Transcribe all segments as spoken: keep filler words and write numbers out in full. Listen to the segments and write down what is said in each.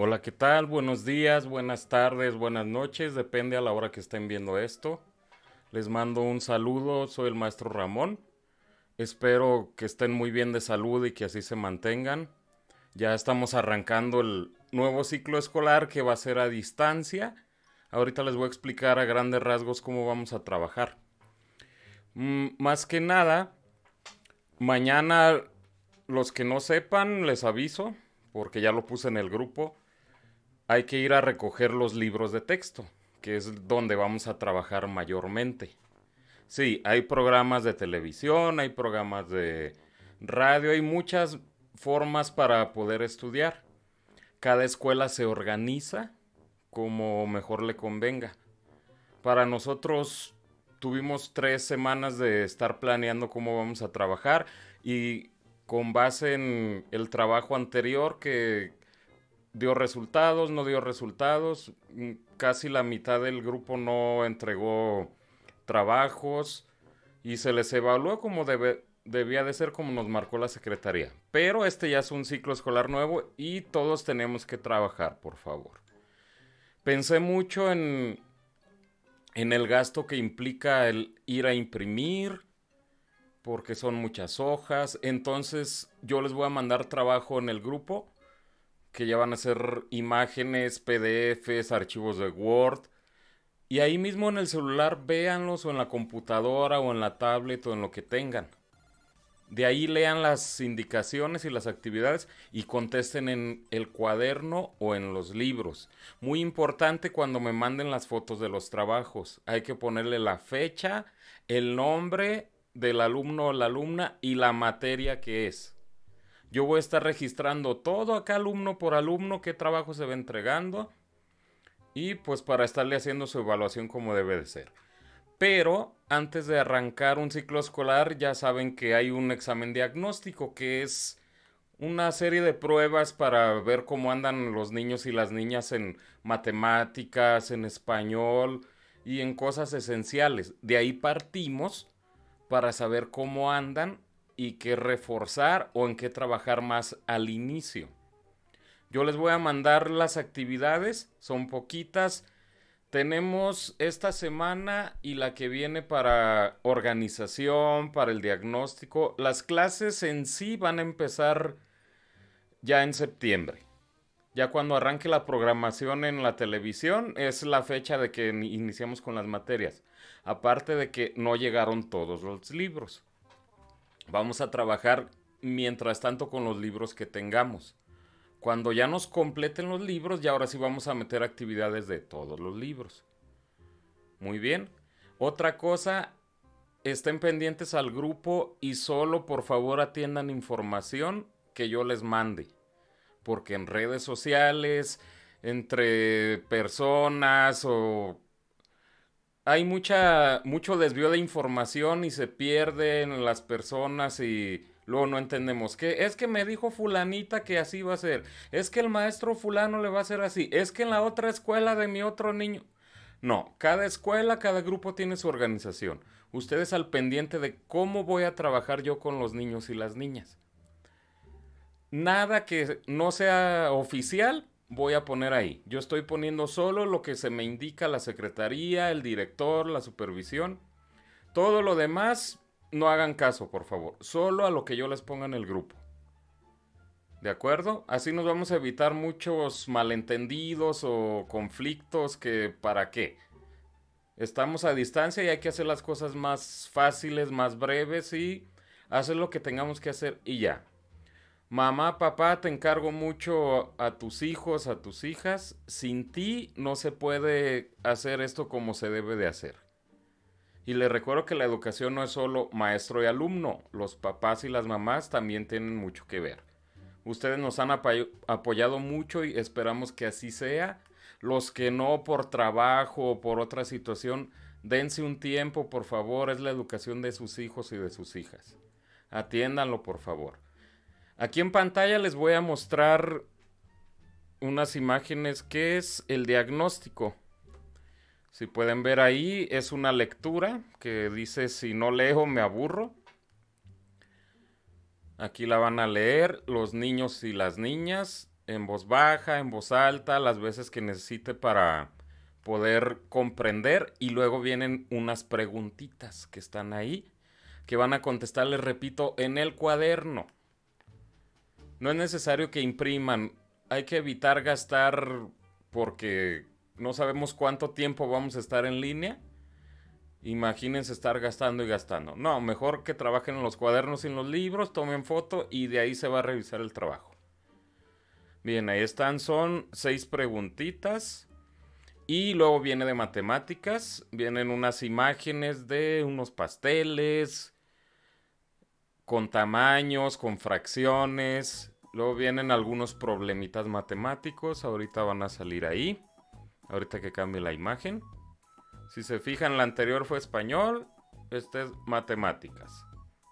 Hola, ¿qué tal? Buenos días, buenas tardes, buenas noches, depende a la hora que estén viendo esto. Les mando un saludo, soy el maestro Ramón. Espero que estén muy bien de salud y que así se mantengan. Ya estamos arrancando el nuevo ciclo escolar que va a ser a distancia. Ahorita les voy a explicar a grandes rasgos cómo vamos a trabajar. Mm, más que nada, mañana los que no sepan les aviso, porque ya lo puse en el grupo. Hay que ir a recoger los libros de texto, que es donde vamos a trabajar mayormente. Sí, hay programas de televisión, hay programas de radio, hay muchas formas para poder estudiar. Cada escuela se organiza como mejor le convenga. Para nosotros tuvimos tres semanas de estar planeando cómo vamos a trabajar y con base en el trabajo anterior que dio resultados, no dio resultados. mm, Casi la mitad del grupo no entregó trabajos y se les evaluó como debe, debía de ser como nos marcó la secretaría. Pero este ya es un ciclo escolar nuevo y todos tenemos que trabajar, por favor. Pensé mucho en, en el gasto que implica el ir a imprimir, porque son muchas hojas. Entonces yo les voy a mandar trabajo en el grupo que ya van a ser imágenes, P D Fs, archivos de Word. Y ahí mismo en el celular véanlos o en la computadora o en la tablet o en lo que tengan. De ahí lean las indicaciones y las actividades y contesten en el cuaderno o en los libros. Muy importante cuando me manden las fotos de los trabajos. Hay que ponerle la fecha, el nombre del alumno o la alumna y la materia que es. Yo voy a estar registrando todo acá alumno por alumno, qué trabajo se va entregando y pues para estarle haciendo su evaluación como debe de ser. Pero antes de arrancar un ciclo escolar ya saben que hay un examen diagnóstico que es una serie de pruebas para ver cómo andan los niños y las niñas en matemáticas, en español y en cosas esenciales. De ahí partimos para saber cómo andan y qué reforzar o en qué trabajar más al inicio. Yo les voy a mandar las actividades, son poquitas. Tenemos esta semana y la que viene para organización, para el diagnóstico. Las clases en sí van a empezar ya en septiembre. Ya cuando arranque la programación en la televisión es la fecha de que iniciamos con las materias. Aparte de que no llegaron todos los libros. Vamos a trabajar mientras tanto con los libros que tengamos. Cuando ya nos completen los libros, ya ahora sí vamos a meter actividades de todos los libros. Muy bien. Otra cosa, estén pendientes al grupo y solo por favor atiendan información que yo les mande. Porque en redes sociales, entre personas o hay mucha, mucho desvío de información y se pierden las personas y luego no entendemos qué. Es que me dijo fulanita que así va a ser. Es que el maestro fulano le va a hacer así. Es que en la otra escuela de mi otro niño. No, cada escuela, cada grupo tiene su organización. Ustedes al pendiente de cómo voy a trabajar yo con los niños y las niñas. Nada que no sea oficial voy a poner ahí. Yo estoy poniendo solo lo que se me indica la secretaría, el director, la supervisión. Todo lo demás, no hagan caso, por favor. Solo a lo que yo les ponga en el grupo. ¿De acuerdo? Así nos vamos a evitar muchos malentendidos o conflictos que para qué. Estamos a distancia y hay que hacer las cosas más fáciles, más breves y hacer lo que tengamos que hacer y ya. Mamá, papá, te encargo mucho a tus hijos, a tus hijas. Sin ti no se puede hacer esto como se debe de hacer. Y les recuerdo que la educación no es solo maestro y alumno. Los papás y las mamás también tienen mucho que ver. Ustedes nos han apoy- apoyado mucho y esperamos que así sea. Los que no por trabajo o por otra situación, dense un tiempo, por favor. Es la educación de sus hijos y de sus hijas. Atiéndanlo, por favor. Aquí en pantalla les voy a mostrar unas imágenes que es el diagnóstico. Si pueden ver ahí, es una lectura que dice si no leo me aburro. Aquí la van a leer los niños y las niñas. en voz baja, en voz alta, las veces que necesite para poder comprender. Y luego vienen unas preguntitas que están ahí, que van a contestar, les repito, en el cuaderno. No es necesario que impriman. Hay que evitar gastar porque no sabemos cuánto tiempo vamos a estar en línea. Imagínense estar gastando y gastando. No, mejor que trabajen en los cuadernos y en los libros, tomen foto y de ahí se va a revisar el trabajo. Bien, ahí están, son seis preguntitas. Y luego viene de matemáticas. Vienen unas imágenes de unos pasteles con tamaños, con fracciones. Luego vienen algunos problemitas matemáticos. Ahorita van a salir ahí. Ahorita que cambie la imagen. Si se fijan, la anterior fue español. Este es matemáticas.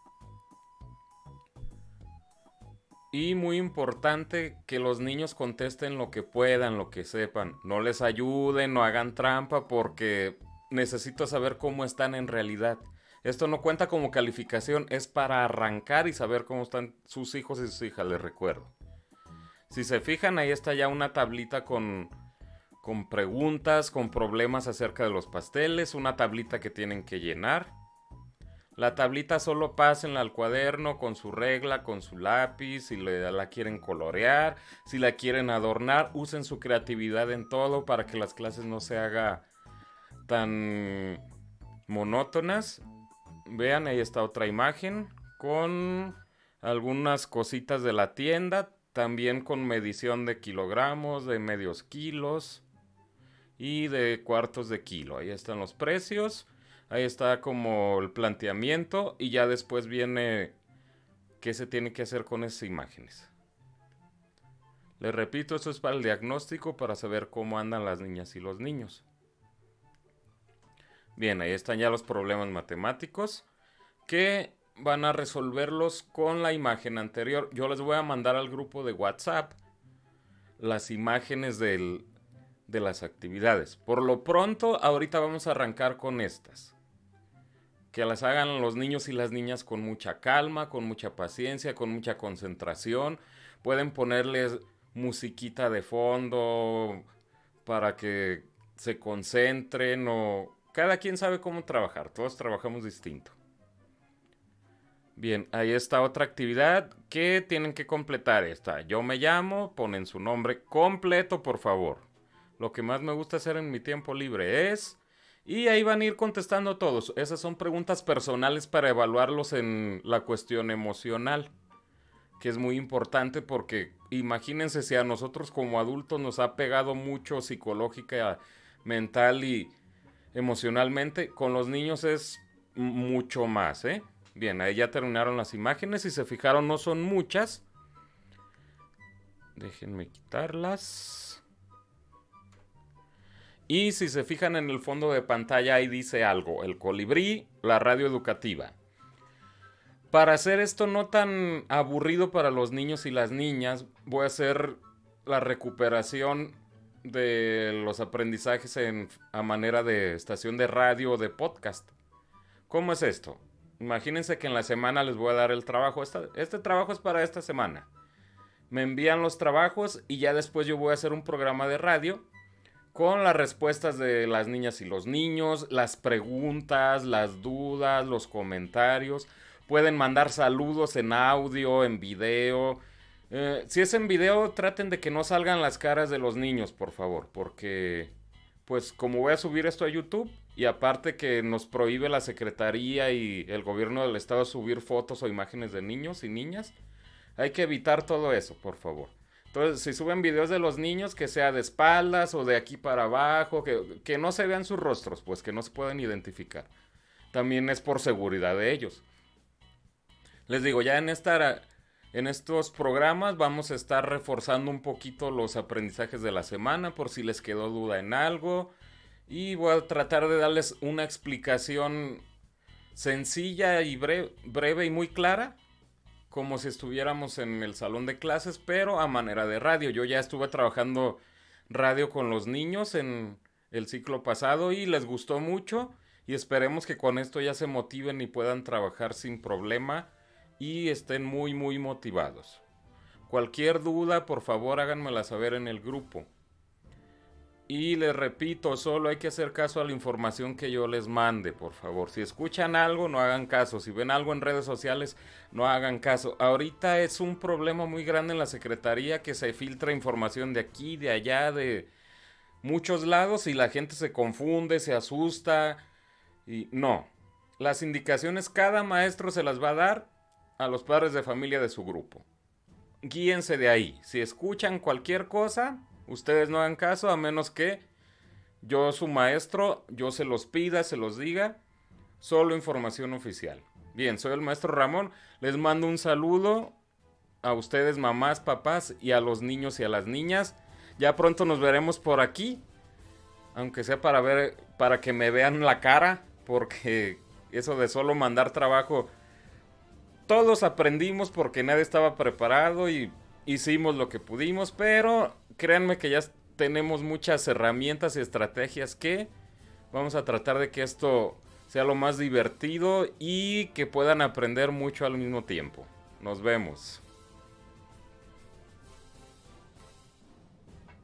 Y muy importante que los niños contesten lo que puedan, lo que sepan. No les ayuden, no hagan trampa porque necesito saber cómo están en realidad. Esto no cuenta como calificación, es para arrancar y saber cómo están sus hijos y sus hijas, les recuerdo. Si se fijan, ahí está ya una tablita con, con preguntas, con problemas acerca de los pasteles, una tablita que tienen que llenar. La tablita solo pásenla al cuaderno con su regla, con su lápiz, si le, la quieren colorear, si la quieren adornar, usen su creatividad en todo para que las clases no se hagan tan monótonas. Vean, ahí está otra imagen con algunas cositas de la tienda, también con medición de kilogramos, de medios kilos y de cuartos de kilo. Ahí están los precios. Ahí está como el planteamiento y ya después viene qué se tiene que hacer con esas imágenes. Les repito, esto es para el diagnóstico, para saber cómo andan las niñas y los niños. Bien, ahí están ya los problemas matemáticos que van a resolverlos con la imagen anterior. Yo les voy a mandar al grupo de WhatsApp las imágenes del, de las actividades. Por lo pronto, ahorita vamos a arrancar con estas. Que las hagan los niños y las niñas con mucha calma, con mucha paciencia, con mucha concentración. Pueden ponerles musiquita de fondo para que se concentren o... Cada quien sabe cómo trabajar, todos trabajamos distinto. Bien, ahí está otra actividad que tienen que completar esta. Yo me llamo, ponen su nombre completo, por favor. Lo que más me gusta hacer en mi tiempo libre es... Y ahí van a ir contestando todos. Esas son preguntas personales para evaluarlos en la cuestión emocional, que es muy importante porque imagínense si a nosotros como adultos nos ha pegado mucho psicológica, mental y emocionalmente, con los niños es mucho más, ¿eh? Bien, ahí ya terminaron las imágenes. Si se fijaron, no son muchas. Déjenme quitarlas. Y si se fijan en el fondo de pantalla, ahí dice algo. El colibrí, la radio educativa. Para hacer esto no tan aburrido para los niños y las niñas, voy a hacer la recuperación de los aprendizajes en, a manera de estación de radio o de podcast. ¿Cómo es esto? Imagínense que en la semana les voy a dar el trabajo. Esta, este trabajo es para esta semana. Me envían los trabajos y ya después yo voy a hacer un programa de radio con las respuestas de las niñas y los niños, las preguntas, las dudas, los comentarios. Pueden mandar saludos en audio, en video. Eh, si es en video, traten de que no salgan las caras de los niños, por favor. Porque, pues, como voy a subir esto a YouTube, y aparte que nos prohíbe la Secretaría y el gobierno del estado subir fotos o imágenes de niños y niñas, hay que evitar todo eso, por favor. Entonces, si suben videos de los niños, que sea de espaldas o de aquí para abajo, que, que no se vean sus rostros, pues que no se pueden identificar. También es por seguridad de ellos. Les digo, ya en, esta, en estos programas vamos a estar reforzando un poquito los aprendizajes de la semana por si les quedó duda en algo. Y voy a tratar de darles una explicación sencilla y breve, breve y muy clara, como si estuviéramos en el salón de clases, pero a manera de radio. Yo ya estuve trabajando radio con los niños en el ciclo pasado y les gustó mucho y esperemos que con esto ya se motiven y puedan trabajar sin problema y estén muy muy motivados. Cualquier duda, por favor, háganmela saber en el grupo. Y les repito, solo hay que hacer caso a la información que yo les mande, por favor. Si escuchan algo, no hagan caso. Si ven algo en redes sociales, no hagan caso. Ahorita es un problema muy grande en la Secretaría que se filtra información de aquí, de allá, de muchos lados y la gente se confunde, se asusta. Y no, las indicaciones cada maestro se las va a dar a los padres de familia de su grupo. Guíense de ahí. Si escuchan cualquier cosa, ustedes no hagan caso a menos que yo, su maestro, yo se los pida, se los diga. Solo información oficial. Bien, soy el maestro Ramón. Les mando un saludo a ustedes, mamás, papás, y a los niños y a las niñas. Ya pronto nos veremos por aquí. Aunque sea para ver, para que me vean la cara. Porque eso de solo mandar trabajo, todos aprendimos porque nadie estaba preparado y hicimos lo que pudimos, pero créanme que ya tenemos muchas herramientas y estrategias que vamos a tratar de que esto sea lo más divertido y que puedan aprender mucho al mismo tiempo. Nos vemos.